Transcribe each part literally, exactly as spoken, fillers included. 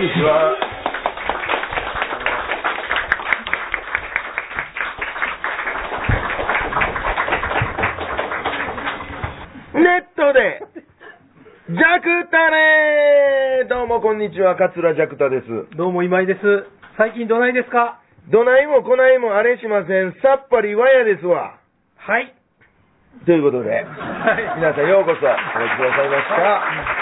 にちは。ネットでジャクタレー。どうもこんにちは、桂ジャクタです。 どうも今井です。最近どないですか？ どないもこないもあれしません。さっぱりわやですわ。 はい。 ということで、はい、皆さんようこそお越しくださいました。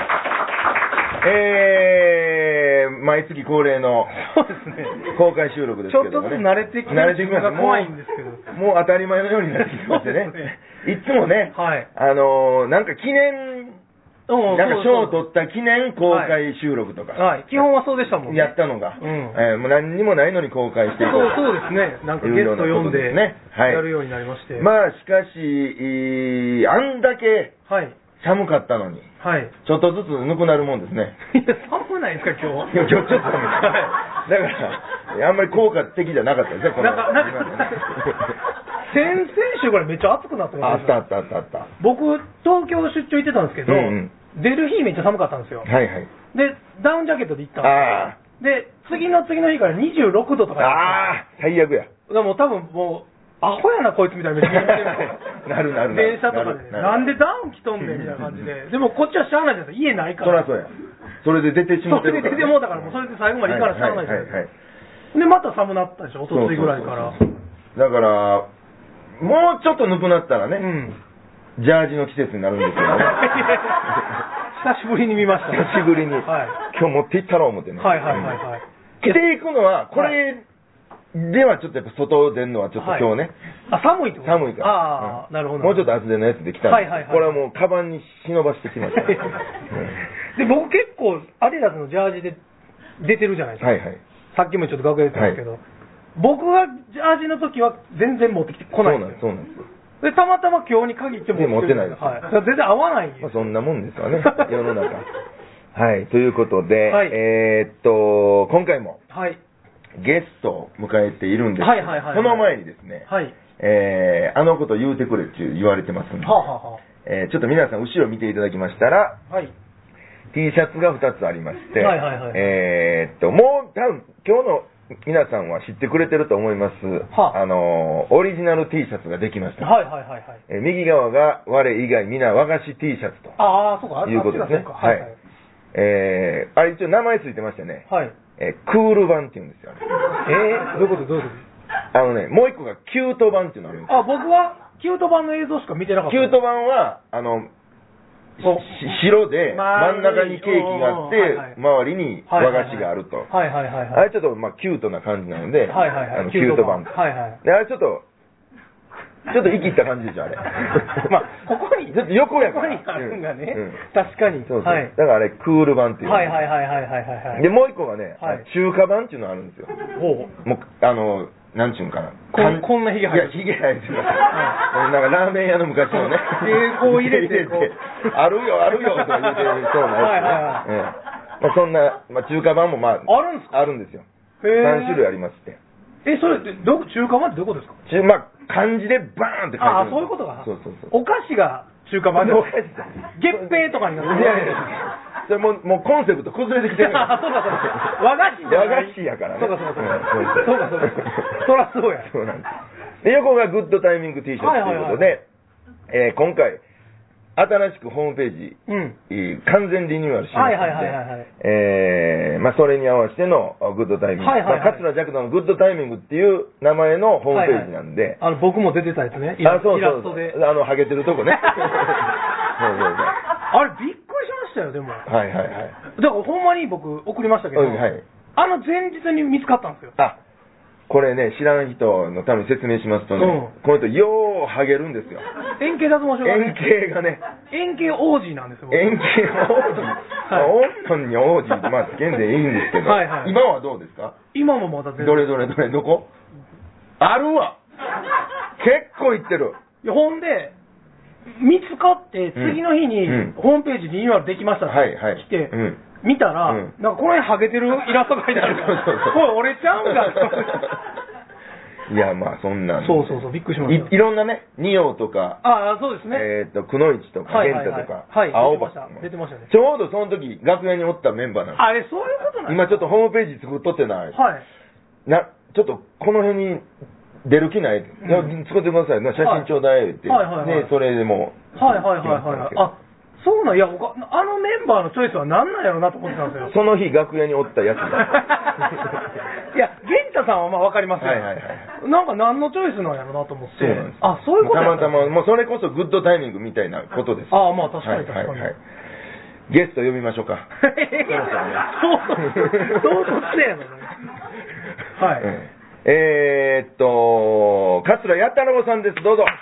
えー、毎月恒例のそうですね、 公開収録ですけどもね。 ちょっとずつ慣れてきて慣れてきました。 怖いんですけど。 もう当たり前のようになってきましてね。いつもね、 はい、 あのー、なんか記念、なんか賞を取った記念公開収録とか、 はいはい、基本はそうでしたもんね。 やったのが、 うん、 えー、もう何にもないのに公開していこう。 そうそうですね。なんかゲスト呼んでね、はい、 やるようになりまして。 まあしかし、あんだけ寒かったのに、はい、ちょっとずつぬくなるもんですね。 いや、寒ないですか今日。 いや、今日ちょっと寒い。だからあんまり効果的じゃなかったですね。このなんかなんか先々週からめっちゃ暑くなってました。 あったあったあったあった。 僕東京出張行ってたんですけど、うんうん、出る日めっちゃ寒かったんですよ。 はいはい。でダウンジャケットで行ったんですよ。で次の次の日からにじゅうろくどとか。 ああ、最悪や。 でも多分もうアホやなこいつみたいな。 なるなるなる。 電車とかでなんでダウン着とんねんみたいな感じで。でもこっちはしゃあないじゃないですか。家ないから。 そりゃそうや。それで出てしまってるから、ね。 それで出てもうたからもうそれで最後まで行かなしゃあないじゃないですか。でまた寒なったでしょ。おとついぐらいから。 だからもうちょっとぬくなったらね、うん、ジャージの季節になるんですけどね。 久しぶりに見ました。 久しぶりに、はい、今日持っていったろう思ってね。 はいはいはいはい。 着ていくのはこれではちょっとやっぱ外出るのはちょっと今日ね。 はい、あ、寒いってこと？ 寒いから。 ああ、うん、なるほど。 もうちょっと厚手のやつで来たんで、はいはいはい、これはもうカバンに忍ばしてきました。うん、 で僕結構アディダスのジャージで出てるじゃないですか。はいはい。さっきもちょっと楽屋で言ったんですけど。はい、僕がジャージの時は全然持ってきてこないんですよ。 そうなんですよ。 でたまたま今日に限って持ってないです。 はい、全然合わないんです。 まあ、そんなもんですわね、世の中。はい、ということで、はい、えー、っと今回もゲストを迎えているんですけど、その前にですね、はい、えー、あのこと言うてくれって言われてますんで、はあはあ、えー、ちょっと皆さん後ろ見ていただきましたら、はい、T シャツがふたつありまして、はいはいはい、えー、っともう多分今日の皆さんは知ってくれてると思います。はあ、あのオリジナル T シャツができました。はいはいはいはい。え右側が我以外皆和菓子 T シャツと。ああ、そうか。いうことですね。はい。はい、えー、あれ一応名前ついてましてね。はい。えー、クール版っていうんですよ。 えー、どういうことどういうこと？ あのね、もう一個がキュート版っていうのがあるんです。 あ、僕はキュート版の映像しか見てなかった。 キュート版はあの。白で真ん中にケーキがあって周りに和菓子があると。あれちょっとまあキュートな感じなので、あのキュート版。であれちょっとちょっと生きった感じでしょあれ。 まあここにちょっと横やから。 ここにあるんがね。確かに。 そうそう。だからあれクール版っていう。 はいはいはいはいはいはい。 でもう一個がね中華版っていうのがあるんですよ。もうあの。なんちゅうんかな。 こん、こんなヒゲ生えてる。 いや、ヒゲ生えてる。なんかラーメン屋の昔のね。 こう入れて、 あるよ、あるよ、とか言ってそうなやつね。まあそんな、まあ中華版もまあ、 あるんですか？ あるんですよ。さん種類ありまして。 え、それって、ど、中華版ってどこですか？ 中、まあ漢字でバーンって書いてる。 ああ、そういうことか。そうそうそう。お菓子が中華版で。お菓子だ。月餅とかになってる。いやいやそれもう、もうコンセプト崩れてきてる。 あ、そうかそうか。和菓子和菓子やからね。 そうかそうかそうか。そうかそうか。そらそうや。 そうなんです。で、横がグッドタイミング T シャツということで、え今回、新しくホームページ、うん、完全リニューアルしましたので、えまあそれに合わせてのグッドタイミング、桂ジャクタのグッドタイミングっていう名前のホームページなんで、 はいはい、あの僕も出てたやつね。 あ、そうそうそう。あのハゲてるとこね。そうそうそう。 あれびっくりしましたよでも。 はいはいはい。 だからほんまに僕送りましたけど、はい、あの前日に見つかったんですよ。 あ。これね、知らん人のために説明しますとね、うん、この人、ようハゲるんですよ。 円形脱毛症がね。 円形がね。 円形王子なんですよ。 円形王子。はい、オンに王子ってまあつけんでいいんですけど、はいはい、今はどうですか？ 今もまだ全然。 どれどれどれ、どこ？あるわ。結構いってる。 いやほんで、見つかって、次の日に、ホームページリニューアルできましたって来て、うんうん見たら、うん、なんかこの辺ハゲてるイラストが書いてあるから、これ俺ちゃうんだと。 いや、まあ、そんなそうそうそう、びっくりしました。 いろんなね、仁王とか、 ああ、そうですね。 えっと、くのいちとか、玄太とか、青葉とか。 出てましたね。 ちょうどその時、楽屋におったメンバーなんです。 あれ、そういうことなんですか？ 今ちょっとホームページ作っとってない。 はい。 な、ちょっと、この辺に出る気ない、うん、作ってください。写真ちょうだいって。はいはいはい。で、それでも。 はいはいはいはい。あ、そうなん、いや、あのメンバーのチョイスは何なんやろうなと思ってたんですよ。 その日、楽屋におったやつだ。 いや、玄太さんはまあ分かりますよ。はいはいはい。なんか何のチョイスなんやろうなと思って。そうなんです。あ、そういうことたまたま、もうそれこそグッドタイミングみたいなことです。 ああ、まあ確かに確かに。はいはいはい、 ゲスト呼びましょうか。 そうそうしてやのね。はい。 えーっと、桂弥太郎さんです。どうぞ。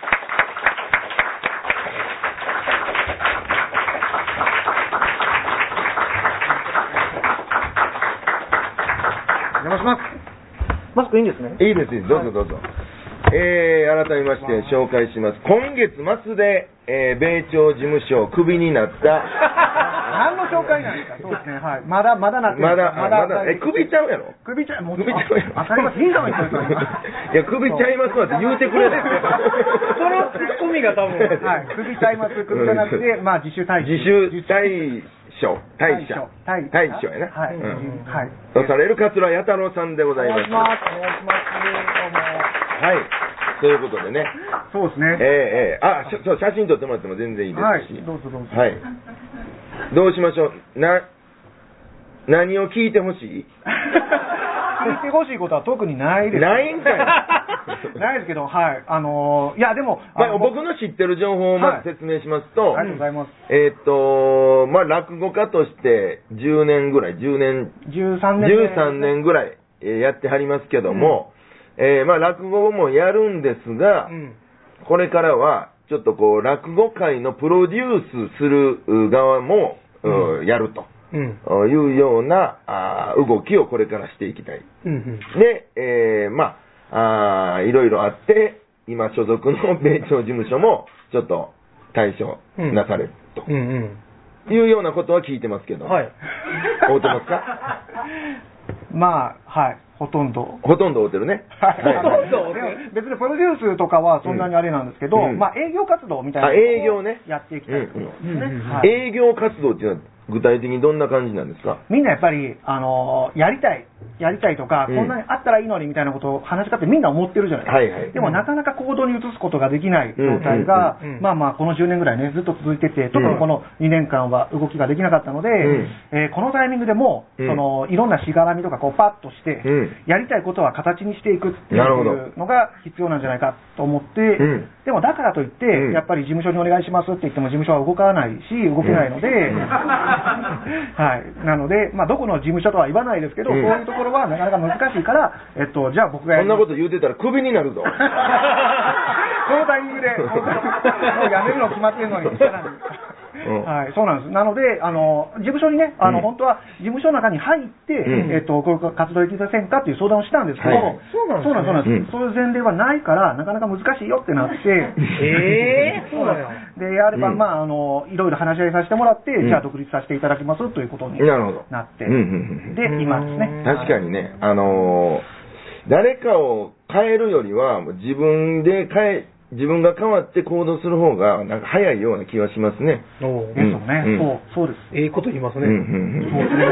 お願いします。マスクいいんですね。 いいです、どうぞどうぞ。はい、えー、改めまして紹介します。今月末で、えー、米朝事務所をクビになった。 何の紹介なんですか。そうですね。はい。まだまだなってまだまだまだえクビちゃうやろ。 クビちゃうもうクビちゃうやろ。 当たり前いいんだもん。いやクビちゃいますわって言うてくれる。 そのツッコミが多分はいクビちゃいますクビじゃなくてまあ自主退自主退所退社退所やな。はい。はい。とされる桂弥太郎さんでございます。お願いします。お願いします。どうも。はい。ということでね。 そうですね。 ええええあそう写真撮ってもらっても全然いいですし。 はい。どうぞどうぞ。 はい。どうしましょう。な、何を聞いてほしい？ 聞いてほしいことは特にないです。 ないんかい。 ないですけど、はい。あのー、いや、でも、 まあ、僕の知ってる情報をまず説明しますと、 はい、ありがとうございます。 えーっと、まあ、落語家としてじゅうねんぐらい、じゅうねん、 じゅうさんねん、 じゅうさんねんぐらいやってはりますけども、うん、えー、まあ、落語もやるんですが、うん、これからは、ちょっとこう、落語界のプロデュースする側も、うん、やると。うん、いうようなあ動きをこれからしていきたい。うんうん、で、えー、まあ、あいろいろあって、今所属の米朝事務所もちょっと対処なされると、うんうんうん、いうようなことは聞いてますけど、はい、会うてますか？ まあ、はい。ほとんど。 ほとんど会うてるね。 はい。ほとんど。別にプロデュースとかはそんなにあれなんですけど、うん、まあ営業活動みたいなのを営業ね。 やっていきたいところですね。 営業活動っていうのは具体的にどんな感じなんですか？ みんなやっぱり、あのー、やりたい、やりたいとか、うん、こんなにあったらいいのにみたいなことを話し方ってみんな思ってるじゃないですか。はいはい、でもなかなか行動に移すことができない状態が、うんうんうん、まあまあこのじゅうねんぐらいね、ずっと続いてて、特にこのにねんかんは動きができなかったので、うんえー、このタイミングでも、うん、そのいろんなしがらみとかこうパッとして、うん、やりたいことは形にしていくっていうのが必要なんじゃないかと思って、うん、でもだからといって、うん、やっぱり事務所にお願いしますって言っても事務所は動かないし、動けないので、うんはい。なので、まあ、どこの事務所とは言わないですけど、うん、そういうところはなかなか難しいから、えっと、じゃあ僕がやる。そんなこと言うてたらクビになるぞ。このタイミングで、もう辞めるの決まってるのに、さらに。うん、はい、そうなんです。なので、あの、事務所にね、あの、うん、本当は事務所の中に入って、うん、えっと、こういう活動できませんかっていう相談をしたんですけど、はい、そうなんです、ね、そうなんです。そういう前例はないから、なかなか難しいよってなって、えー、そうなんですで、あれば、まあ、あの、いろいろ話し合いさせてもらって、じゃあ独立させていただきますということになって、で、今ですね。 確かにね、あのー、誰かを変えるよりは、自分で変え、自分が変わって行動する方がなんか早いような気がしますね。 そうですよね。うん、そうそうです。ええこと言いますね。うんうんうん、そうですね。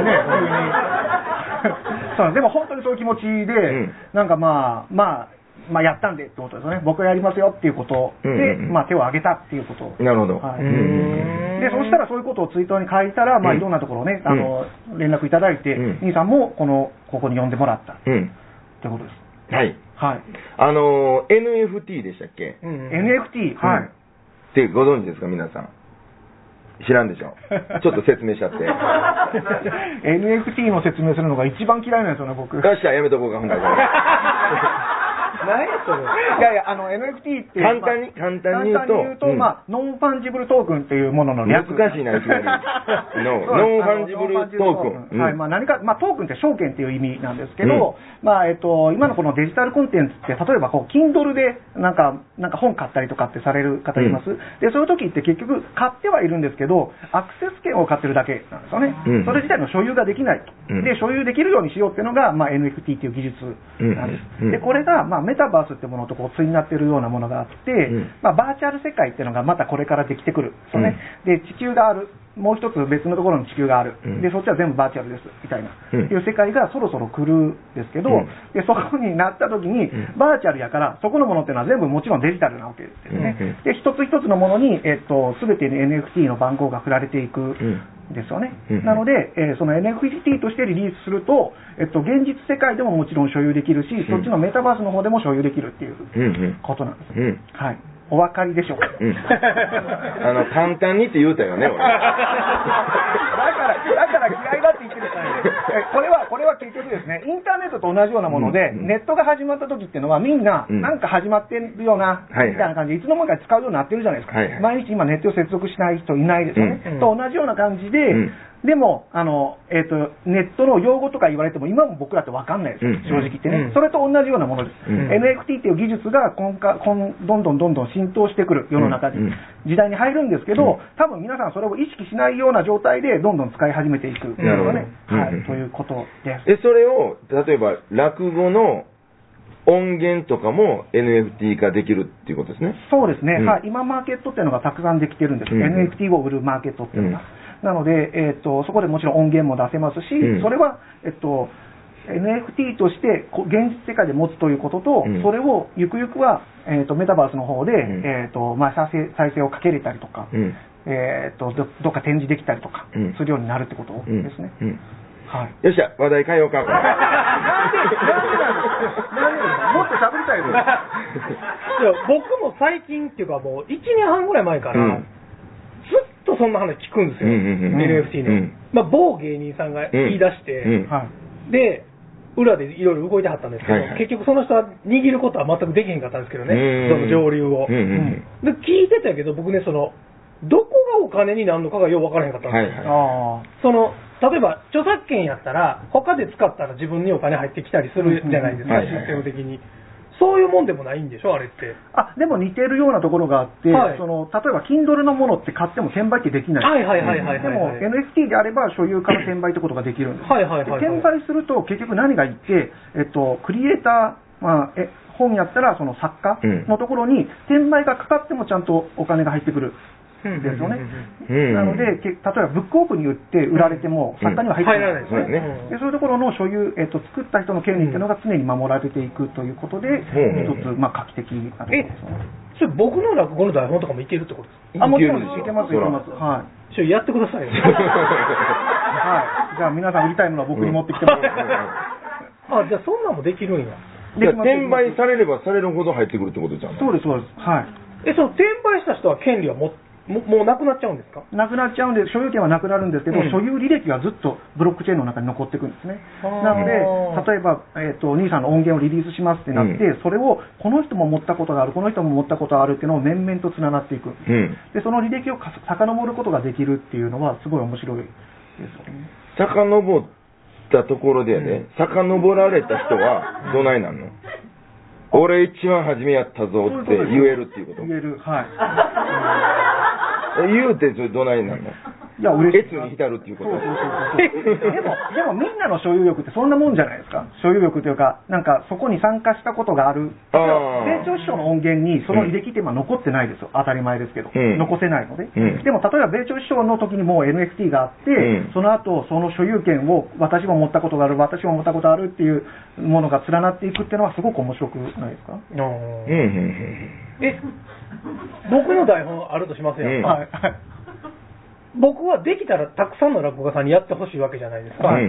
そうでも本当にそういう気持ちで、うん、なんかまあまあまあやったんでってことですよね。僕がやりますよっていうことで、うんうんうん、まあ手を挙げたっていうこと。 なるほど。 はい。でそしたらそういうことをツイートに書いたら、まあいろんなところね、うん、あの連絡いただいて、うん、兄さんもこのここに呼んでもらった、うん、ってことです。 はい。 はい。 あの、エヌエフティー でしたっけ？ うん、エヌエフティー、はい。 ってご存知ですか、皆さん。知らんでしょ。ちょっと説明しちゃって。 エヌエフティー の説明するのが一番嫌いなんですよね、僕。 よっしゃ、やめとこうか、ほんなら。 何それ。いやいや、あの エヌエフティー って、 簡単に、簡単に言うと、 言うと、うん、まあ、ノンファンジブルトークンっていうものの略。 難しいな、いきなり。ノンファンジブルトークン。 はい、まあ、何か、まあ、トークンって証券っていう意味なんですけど、うん、まあ、えっと、今のこのデジタルコンテンツって、例えば、こう、Kindle で、なんか、なんか本買ったりとかってされる方います、うん、で、そういう時って結局、買ってはいるんですけど、アクセス権を買ってるだけなんですよね。うん、それ自体の所有ができないと。うん、で、所有できるようにしようっていうのが、まあ、エヌエフティー っていう技術なんです。うん、で、これが、まあ、 メタバースってものとこう対になってるようなものがあって、うん、まあ、バーチャル世界っていうのがまたこれからできてくる。そうね、うん、で、地球がある。もう一つ別のところに地球がある、うん、でそっちは全部バーチャルですみたいな、うん、いう世界がそろそろ来るんですけど、うん、でそこになった時に、うん、バーチャルやからそこのものっていうのは全部もちろんデジタルなわけですね、うん、で一つ一つのものに、えっと、全てに エヌエフティー の番号が振られていくんですよね、うん、なので、えー、その エヌエフティー としてリリースすると、えっと、現実世界でももちろん所有できるし、うん、そっちのメタバースの方でも所有できるっていうことなんです、うんうん、はい、お分かりでしょうか、うん、 あの簡単にって言うたよね、俺。だからだから嫌いだって言ってるからね。これはこれは結局ですね、インターネットと同じようなもので、うんうん、ネットが始まった時っていうのはみんな、うん、なんか始まってるような、みたいな感じでいつの間にか使うようになってるじゃないですか。はいはい、毎日今ネットを接続しない人いないですよね。うん、と同じような感じで。うん、でもあの、えーと、ネットの用語とか言われても今も僕らって分かんないですよ、うん、正直言ってね、うん、それと同じようなものです、うん、エヌエフティー っていう技術が今か今どんどんどんどん浸透してくる世の中に、うん、時代に入るんですけど、うん、多分皆さんそれを意識しないような状態でどんどん使い始めていく、うん、なるほどね、はい、うん、ということです。 でそれを例えば落語の音源とかも エヌエフティー 化できるっていうことですね。 そうですね、うん、はい、今マーケットっていうのがたくさんできてるんです、うん、エヌエフティー を売るマーケットっていうのが、うん、なので、えーと、そこでもちろん音源も出せますし、うん、それは、えっと、エヌエフティー として現実世界で持つということと、うん、それをゆくゆくは、えーと、メタバースの方で、うん、えーとまあ、再生、再生をかけれたりとか、うん、えーと、ど、どっか展示できたりとかするようになるってことですね。うんうん、 はい、よっしゃ、話題変えようか。なんで、 なんで、もっと喋りたいよ。いや、 僕も最近っていうかもういちねんはんぐらい前から、うん、ずっとそんな話聞くんですよ、うんうんうん、エヌエフティー の、うん、まあ、某芸人さんが言い出して、うんうん、で裏でいろいろ動いてはったんですけど、はいはい、結局その人は握ることは全くできへんかったんですけどね、その上流を、うんうん、で聞いてたけど僕ね、そのどこがお金になるのかがよう分からへんかったんですよ、はいはい、その例えば著作権やったら他で使ったら自分にお金入ってきたりするじゃないですか、うんうん、システム的に。そういうもんでもないんでしょ、あれって。 あ、でも似てるようなところがあって、はい、その例えば Kindle のものって買っても転売ってできない。 はいはいはいはい、はい、 でも エヌエフティー であれば所有から転売ってことができるんです。 はいはいはい、はい、 転売すると結局何が言って、えっと、クリエイター、まあ、え本やったらその作家のところに転売がかかってもちゃんとお金が入ってくる。ですよね、うん、なので、例えばブックオフに売って売られても作家には入ってないですね、うん、でそういうところの所有、えっと、作った人の権利っていうのが常に守られていくということで、うん、一つ、まあ、画期的なところですね。 それ僕の落語の台本とかもいけるってことですか？ あ、もちろんいけます、いけます、はい、 ちょやってくださいよはい、じゃあ皆さん売りたいものは僕に持ってきてもらって、 うん、あ、じゃあそんなんもできるんや。 で転売されればされるほど入ってくるってことじゃん。 そうです、そうです、はい。 え、その転売した人は権利は持っても, もうなくなっちゃうんですか？ なくなっちゃうんで、所有権はなくなるんですけど、うん、所有履歴はずっとブロックチェーンの中に残っていくんですね。なので、例えば、えーと、兄さんの音源をリリースしますってなって、うん、それをこの人も持ったことがある、この人も持ったことがあるっていうのを面々とつながっていく、うん、でその履歴を遡ることができるっていうのはすごい面白いですよね。 遡ったところでね、うん、遡られた人はどないなんの？俺一番初めやったぞって言えるっていうこと？ 言える、はい。 言うてそれどないなの？ いや、嬉しい。 越に浸るっていうこと。そうそうそうそう。でも、でもみんなの所有欲ってそんなもんじゃないですか。所有欲というか、なんかそこに参加したことがある。米朝師匠の音源にその履歴って今残ってないですよ。当たり前ですけど。うん、残せないので、うん。でも例えば米朝師匠の時にもう エヌエフティー があって、うん、その後その所有権を私も持ったことがある、私も持ったことあるっていうものが連なっていくっていうのはすごく面白くないですか？うん。 え、僕の台本あるとしますよ。うん、はい。僕はできたらたくさんの落語家さんにやってほしいわけじゃないですか、うん、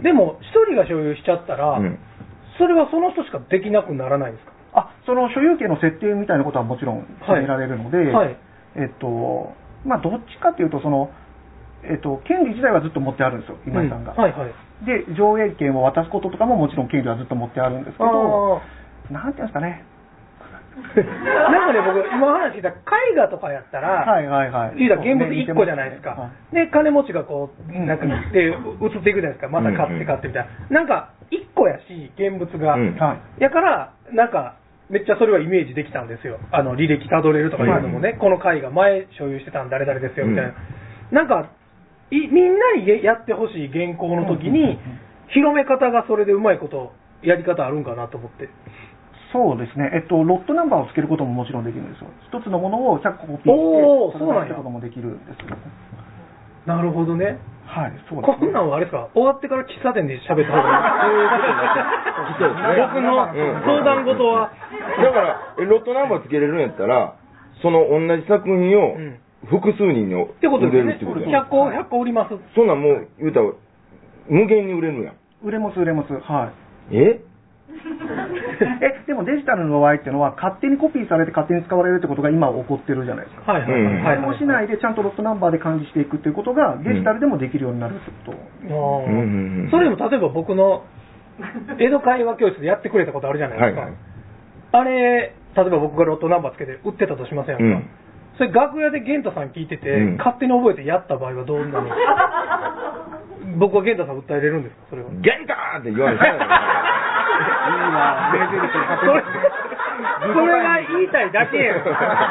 でも一人が所有しちゃったら、うん、それはその人しかできなくならないですか？ あ、その所有権の設定みたいなことはもちろん決められるので、はいはい、えっとまあどっちかというとその、えっと、権利自体はずっと持ってあるんですよ、今井さんが、うん、はいはい、で上映権を渡すこととかももちろん権利はずっと持ってあるんですけど、なんていうんですかね、 なんかね、僕今話聞いた絵画とかやったら、はいはいはい、言うたら現物いっこじゃないですか、はい、で金持ちがこうなんかで映っていくじゃないですか、また買って買ってみたいな、なんかいっこやし現物が、うん、やからなんかめっちゃそれはイメージできたんですよ。あの履歴たどれるとかいうのもね、はい、この絵画前所有してたん誰々ですよみたいな、うん、なんかいみんなにやってほしい原稿の時に、広め方がそれでうまいことやり方あるんかなと思って。 そうですね。えっと、ロットナンバーをつけることももちろんできるんですよ。一つのものをひゃっこコピーして、そうなんや。こともできるんですよ。 なるほどね。 はい、そうです、ね。 こんなんはあれですか、終わってから喫茶店で喋った方がいい。そういうことね。僕の相談事は。 だから、ロットナンバーつけれるんやったら、その同じ作品を複数人に売れるってことですね。ひゃっこ、ひゃっこ売ります。 そんなんもう言うたら、無限に売れるやん。 売れます、売れます。はい。 ええ、でもデジタルの場合っていうのは、勝手にコピーされて勝手に使われるってことが今起こってるじゃないですか。 はいはいはい。 それもしないでちゃんとロットナンバーで管理していくっていうことが、デジタルでもできるようになるってこと。 うん、それでも例えば僕の江戸会話教室でやってくれたことあるじゃないですか。はいはい、あれ、例えば僕がロットナンバーつけて売ってたとしませんか。うん、それ楽屋で玄太さん聞いてて、うん、勝手に覚えてやった場合はどうなるの僕は玄太さん訴えれるんですかそれは。 玄太って言われたらいいなぁ、それ、それが言いたいだけやん。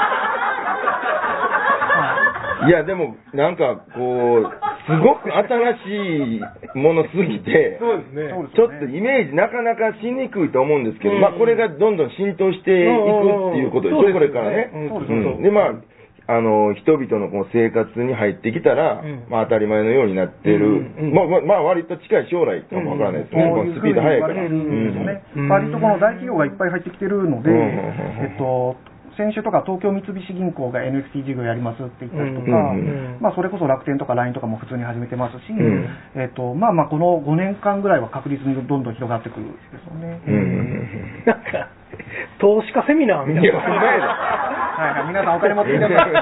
いや、でも、なんか、こう、すごく新しいものすぎて、 そうですね。 ちょっとイメージなかなかしにくいと思うんですけど、うん、まあ、これがどんどん浸透していくっていうことでしょ、これからね。うん、で、まあ、あの人々のこう生活に入ってきたら、うん、まあ当たり前のようになってる、うんうん、まあ、まあ割と近い将来かもわからないですね、うん、このスピード速いから。うんうん、割とこの大企業がいっぱい入ってきてるので、うん、えっと、先週とか東京三菱銀行が エヌエフティー 事業やりますって言ったりとか、うん、まあそれこそ楽天とか ライン とかも普通に始めてますし、うん、えっと、まあまあこのごねんかんぐらいは確実にどんどん広がってくるんですよね。うん、 なんか投資家セミナーみたいな。いや、 はいはい、皆さんお金持ってきてください。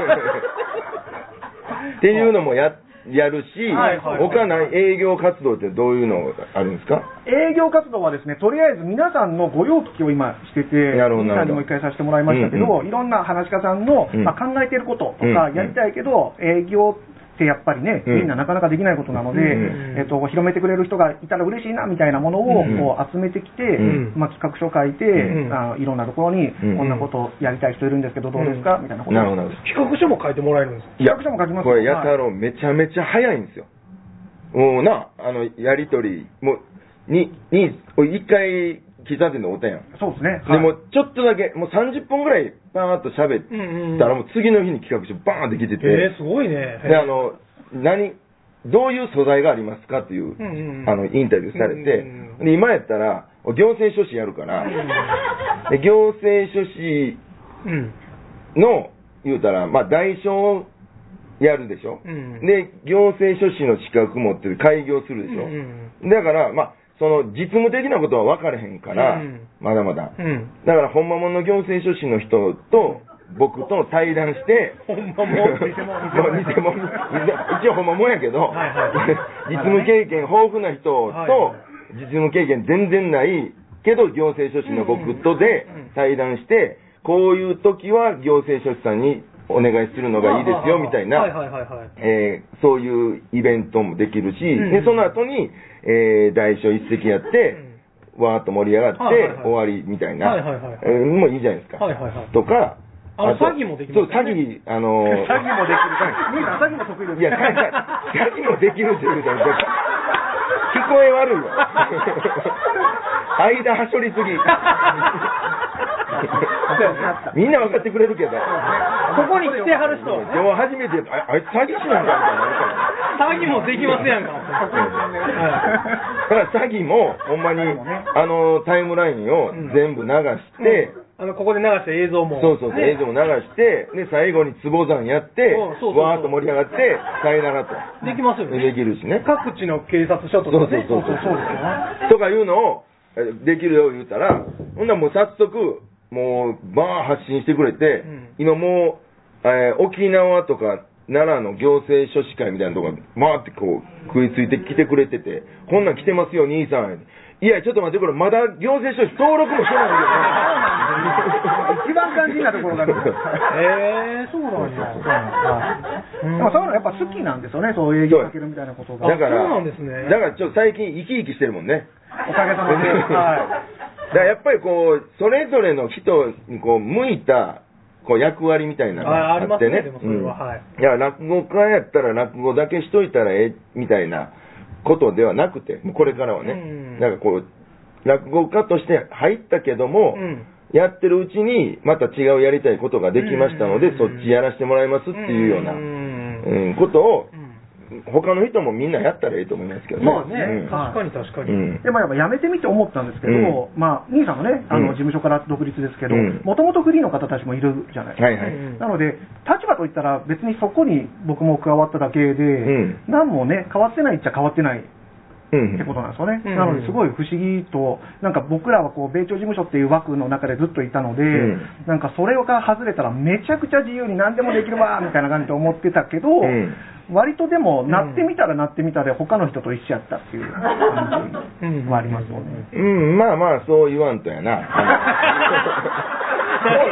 っていうのもややるし、はいはいはい、他ない営業活動ってどういうのがあるんですか？ 営業活動はですね、とりあえず皆さんのご用聞きを今してて、皆さんにも一回させてもらいましたけど、うんうん、いろんな話し家さんの、うん、まあ、考えていることとか、うん、やりたいけど、営業ってやっぱりね、みんななかなかできないことなので、うん、えっと、広めてくれる人がいたら嬉しいなみたいなものをこう集めてきて、うん、まあ、企画書書いて、うん、あいろんなところに、こんなことやりたい人いるんですけどどうですか、うん、みたいなこと。 なるほど。 企画書も書いてもらえるんですか？ 企画書も書きます。 これやたろうめちゃめちゃ早いんですよ。もうな、あの、やりとり、もう、に、に、一回、喫茶店でおったやん。 そうですね。 はい、でも、ちょっとだけ、もうさんじゅっぷんぐらい、バーっと喋ったら、もう次の日に企画書バーンって来てて。 えー、すごいね。 で、あの、何、どういう素材がありますかっていう、うんうん、あの、インタビューされて、うんうん、で、今やったら、行政書士やるから、うん、で行政書士の、言うたら、まあ、代償やるでしょ、うん、で、行政書士の資格持ってる、開業するでしょ、うんうん、だから、まあ、その実務的なことは分かれへんから、うん、まだまだ、うん。だから、ほんまもんの行政書士の人と、僕と対談して、 ほんまもん、偽物、偽物、一応ほんまもんやけど、はいはい、実務経験豊富な人と、はいはい、実務経験全然ないけど、行政書士の僕とで対談して、こういう時は行政書士さんにお願いするのがいいですよみたいな、そういうイベントもできるし、うん、でその後に、えー、大書一席やって、うん、わーっと盛り上がって、はいはいはい、終わりみたいな、はいはいはい、えー、もういいじゃないですか。 はいはいはい、 とか、 あの詐欺もできる、ね。 そう、詐欺、あのー、 詐欺もできる。みんな詐欺も得意です。 いや、詐欺もできるっていうじゃないですか。聞こえ悪いわ。間はしょりすぎ。みんな分かってくれるけど、 ここに来てはる人、 今日初めて、ああいつ詐欺師なんかみたいな。詐欺もできますやんか。 だから詐欺も、ほんまに、あの、タイムラインを全部流して、 あの、ここで流した映像も。 そうそう、映像も流して、で、最後に壺山やって、わーっと盛り上がって、さよならと。 できますよね。 できるしね。 各地の警察署とかね。 そうそうそう。そうですよね。とかいうのを、できるよ言うたら、ほんならもう早速、もう、バー発信してくれて、うん、今もう、えー、沖縄とか奈良の行政書士会みたいなとこが、まーってこう、食いついてきてくれてて、こんなん来てますよ、兄さん。いや、ちょっと待って、これ、まだ行政書士登録もしてないんだけど、一番肝心なところがね。 えー、そうなんだ。そうなんだ。でもそういうのやっぱ好きなんですよね、そう営業かけるみたいなことが。 だから、 そうなんですね。 だから、ちょっと最近生き生きしてるもんね。 おかげさまで。はい。 だからやっぱりこう、それぞれの人にこう、向いた、こう、役割みたいなのがあってね。 うん。いや、落語家やったら落語だけしといたらええ、みたいなことではなくて、これからはね。うん、だからこう、落語家として入ったけども、うん、 やってるうちに、また違うやりたいことができましたので、そっちやらせてもらいますっていうような、うん、ことを、他の人もみんなやったらいいと思いますけどね。 まあね、うん、確かに確かに。うん、 でもやっぱやめてみて思ったんですけど、うん、まあ、兄さんもね、あの、事務所から独立ですけど、もともとフリーの方たちもいるじゃないですか。はいはい、なので、立場といったら別にそこに僕も加わっただけで、うん、何もね、変わってないっちゃ変わってない。ってことなんですよね。うん、なのですごい不思議と、なんか僕らはこう米朝事務所っていう枠の中でずっといたので、うん、なんかそれが外れたらめちゃくちゃ自由に何でもできるわみたいな感じで思ってたけど、うん、割とでもなってみたらなってみたで他の人と一緒やったっていう感じはありますよね。 うん、うん、まあまあそう言わんとやな。 そういう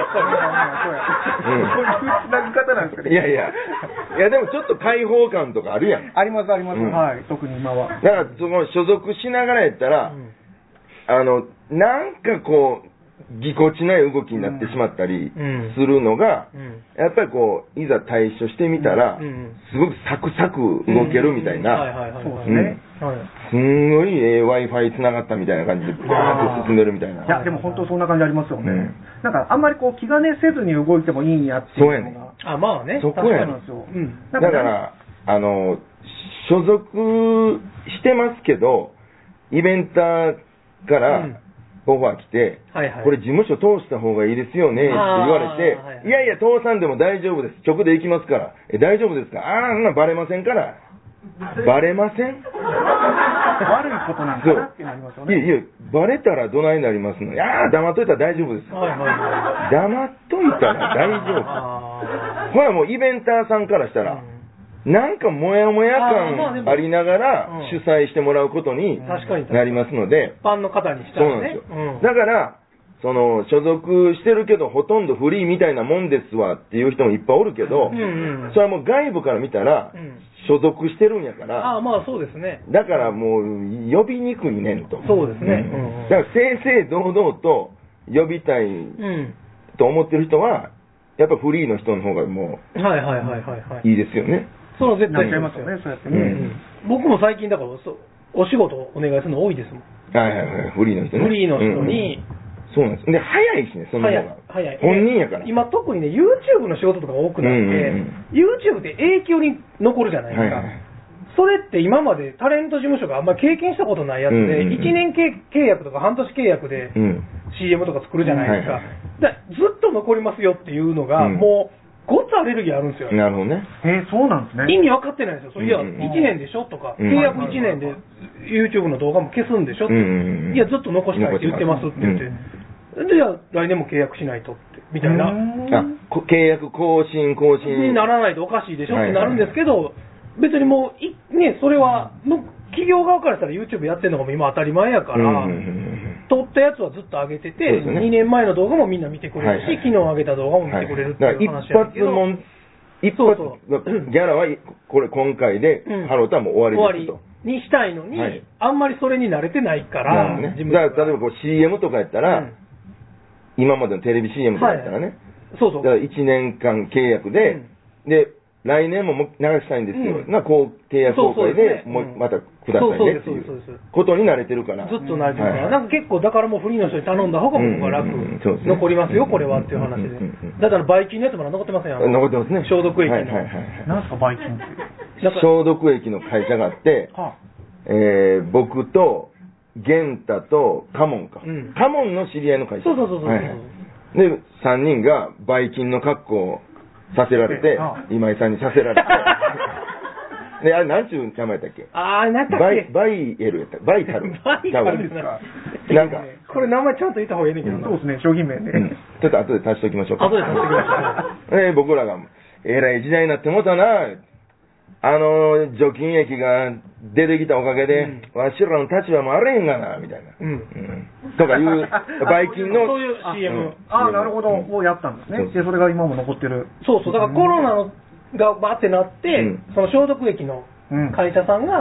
つなぎ方なんですかね。 いやいや、いやでもちょっと開放感とかあるやん。 ありますあります、うん、はい、特に今は。 だからその所属しながらやったら、うん、あのなんかこうぎこちない動きになってしまったりするのが、うん、やっぱりこういざ対処してみたら、うん、すごくサクサク動けるみたいな、すんごい Wi-Fi つながったみたいな感じでバーッと進んでるみたいな。 いやでも本当そんな感じありますよね。うん、なんかあんまりこう気兼ねせずに動いてもいいんやっていうのが。そうやね。 あ、まあね。 そこやね。うん、だからあの所属してますけどイベンターから、うんオファー来て、はいはい、これ事務所通した方がいいですよねって言われて、はいはい、いやいや通さんでも大丈夫です、直で行きますから、え大丈夫ですか、ああ、バレませんから、バレません悪いことなんかなってなりますよね。 いやいや、バレたらどないなりますの、いや黙っといたら大丈夫です、はいはいはい、黙っといたら大丈夫、ほらもうイベンターさんからしたら、うんなんかモヤモヤ感ありながら主催してもらうことになりますので、 一般の方にしたらね。 そうなんですよ。だから、その所属してるけどほとんどフリーみたいなもんですわっていう人もいっぱいおるけど、うんうん、それはもう外部から見たら所属してるんやから、 ああまあそうですね。 だからもう呼びにくいねんと。 そうですね。 うんうん、だから正々堂々と呼びたいと思ってる人は、やっぱフリーの人の方がもういいですよね。 その絶対違いますよね、そうやってね、うん。僕も最近だからお仕事お願いするの多いですもん。 はいはいはい、フリーの人ね。 フリーの人に、 うんうん、そうなんです。で、早いしね、その方が。早い。本人やから。 今特にね、YouTube の仕事とか多くなって、うんうんうん、YouTube って永久に残るじゃないですか。はいはい、それって今までタレント事務所があんまり経験したことないやつで、うんうんうん、いちねん契約とか半年契約で シーエム とか作るじゃないですか。うんはいはい、だずっと残りますよっていうのが、うん、もう、ごっつアレルギーあるんですよ。 なるほどね。 えー、そうなんですね。 意味分かってないんですよ。それいや、いちねんでしょとか、契約いちねんで YouTube の動画も消すんでしょって、いや、ずっと残したいって言ってますって言って、で、じゃあ来年も契約しないとって、みたいな。あ、 契約更新、更新。 にならないとおかしいでしょってなるんですけど、別にもう、いね、それは、企業側からしたら YouTube やってるのが今当たり前やから、撮ったやつはずっと上げてて、ね、にねんまえの動画もみんな見てくれるし、はいはい、昨日上げた動画も見てくれるっていう話やけど、 はい、一発もん、一発、そうそうギャラはこれ今回で、ハロータも終わりですと。 終わりにしたいのに、はい、あんまりそれに慣れてないから、 ね、だから例えばこう シーエム とかやったら、うん、今までのテレビ シーエム とかやったらね、はい、そうそうだからいちねんかん契約で、うん、で、来年も流したいんですよ。うん、な、こう、契約公開で、もう、またくださいねっていうことに慣れてるから。 ずっと慣れてるから。なんか結構、だからもうフリーの人に頼んだ方が僕は楽。残りますよ、これはっていう話で。だから、ばい菌のやつまだ残ってませんよ。 残ってますね。 消毒液の。 何すか、ばい菌って。 消毒液の会社があって、えー、僕と、玄太とカモンか。カモンの知り合いの会社。 そうそうそうそう。 で、さんにんが、ばい菌の格好を、させられて、今井さんにさせられて、で、あれ、なんちゅう名前だっけああ、なんだっけバイエルやったバイタル。 バイタルですかなんか、これ名前ちゃんと言った方がいいねんけどそうですね、商品名ね、 うん。ちょっと後で足しておきましょうか。 後で足しておきましょう。 え僕らが、えらい時代になってもたな、あの、除菌液が出てきたおかげで、うん、わしらの立場もあれへんがな、みたいな。うん。うん、とかいう、ばい菌の。 そういう シーエム。 ああ、なるほど。をやったんですね。で、それが今も残ってる。 そうそう。だからコロナのがバーってなって、うん、その消毒液の会社さんが、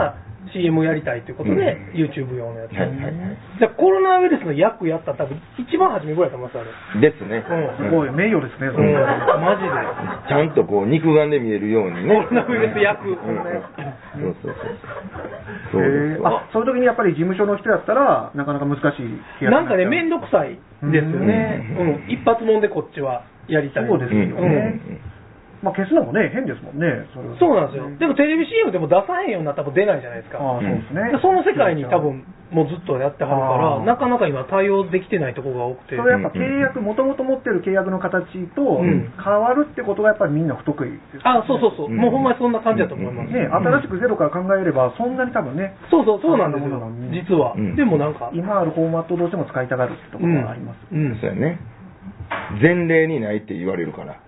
シーエム やりたいということで、うん、YouTube 用のやつ。はいはいはい。じゃあコロナウイルスの役やったら多分一番初めぐらいかもしれない。 ですね。 うん。すごい名誉ですね。 うん。マジで。 ちゃんとこう肉眼で見えるようにね。 コロナウイルス役。うん。 そうそうそう。 そうです。あ、そういう時にやっぱり事務所の人やったらなかなか難しい気が。 なんかね、めんどくさいですよね。うん。一発もんでこっちはやりたい。 そうですよね。まあ消すのもね、変ですもんね。 それはそうなんですよ。でもテレビ シーエム でも出さへんようになったら出ないじゃないですか。 ああ、そうですね。 その世界に多分もうずっとやってはるから、なかなか今対応できてないところが多くて。 それやっぱ契約、もともと持ってる契約の形と変わるってことがやっぱりみんな不得意です、ね。 あ、そうそうそう。もうほんまにそんな感じだと思います。 ね、新しくゼロから考えればそんなに多分ね。 そうそう、そうなんですよ。実は。でもなんか。 今あるフォーマットをどうしても使いたがるってところがあります。 うん。そうやね。前例にないって言われるから。 うん、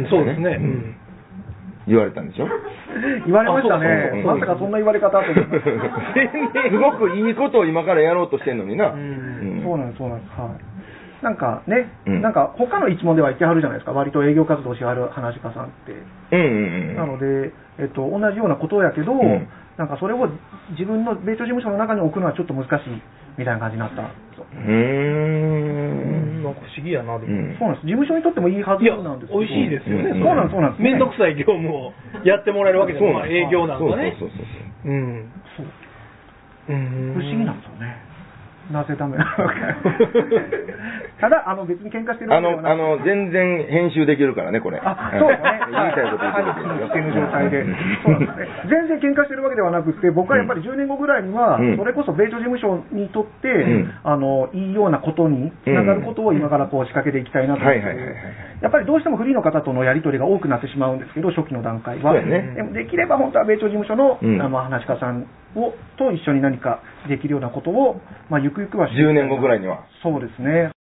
そうですね。 言われたんでしょ。 言われましたね。まさかそんな言われ方と思って。 すごくいいことを今からやろうとしてんのにな。 そうなんです、そうなんです。はい。なんかね、なんか他の一問では言ってはるじゃないですか。割と営業活動しはる話家さんって。なので、えっと、同じようなことやけど、なんかそれを自分の米朝事務所の中に置くのはちょっと難しいみたいな感じになった。 うーん。 なんか不思議やな、でも。 そうなんです。事務所にとってもいいはずなんですけど。 美味しいですよね。 そうなんです、そうなんです。 めんどくさい業務をやってもらえるわけですよ。まあ営業なんかね。 そうそうそうそう。 うん。そう。 不思議なんですよね。なぜダメなのか。ただ、あの、別に喧嘩してるわけではなくて。 あの、あの、全然編集できるからね、これ。 あ、そうですね。 言いたいこと言ってるけど。 してる状態で。そうなんですね。全然喧嘩してるわけではなくて、僕はやっぱりじゅうねんごぐらいには、それこそ米朝事務所にとって、あの、いいようなことにつながることを今からこう仕掛けていきたいなと思って。やっぱりどうしてもフリーの方とのやり取りが多くなってしまうんですけど、初期の段階は。でもできれば本当は米朝事務所の、あの、話し家さんをと一緒に何かできるようなことを、まあ、ゆくゆくはじゅうねんごぐらいには。 そうですね。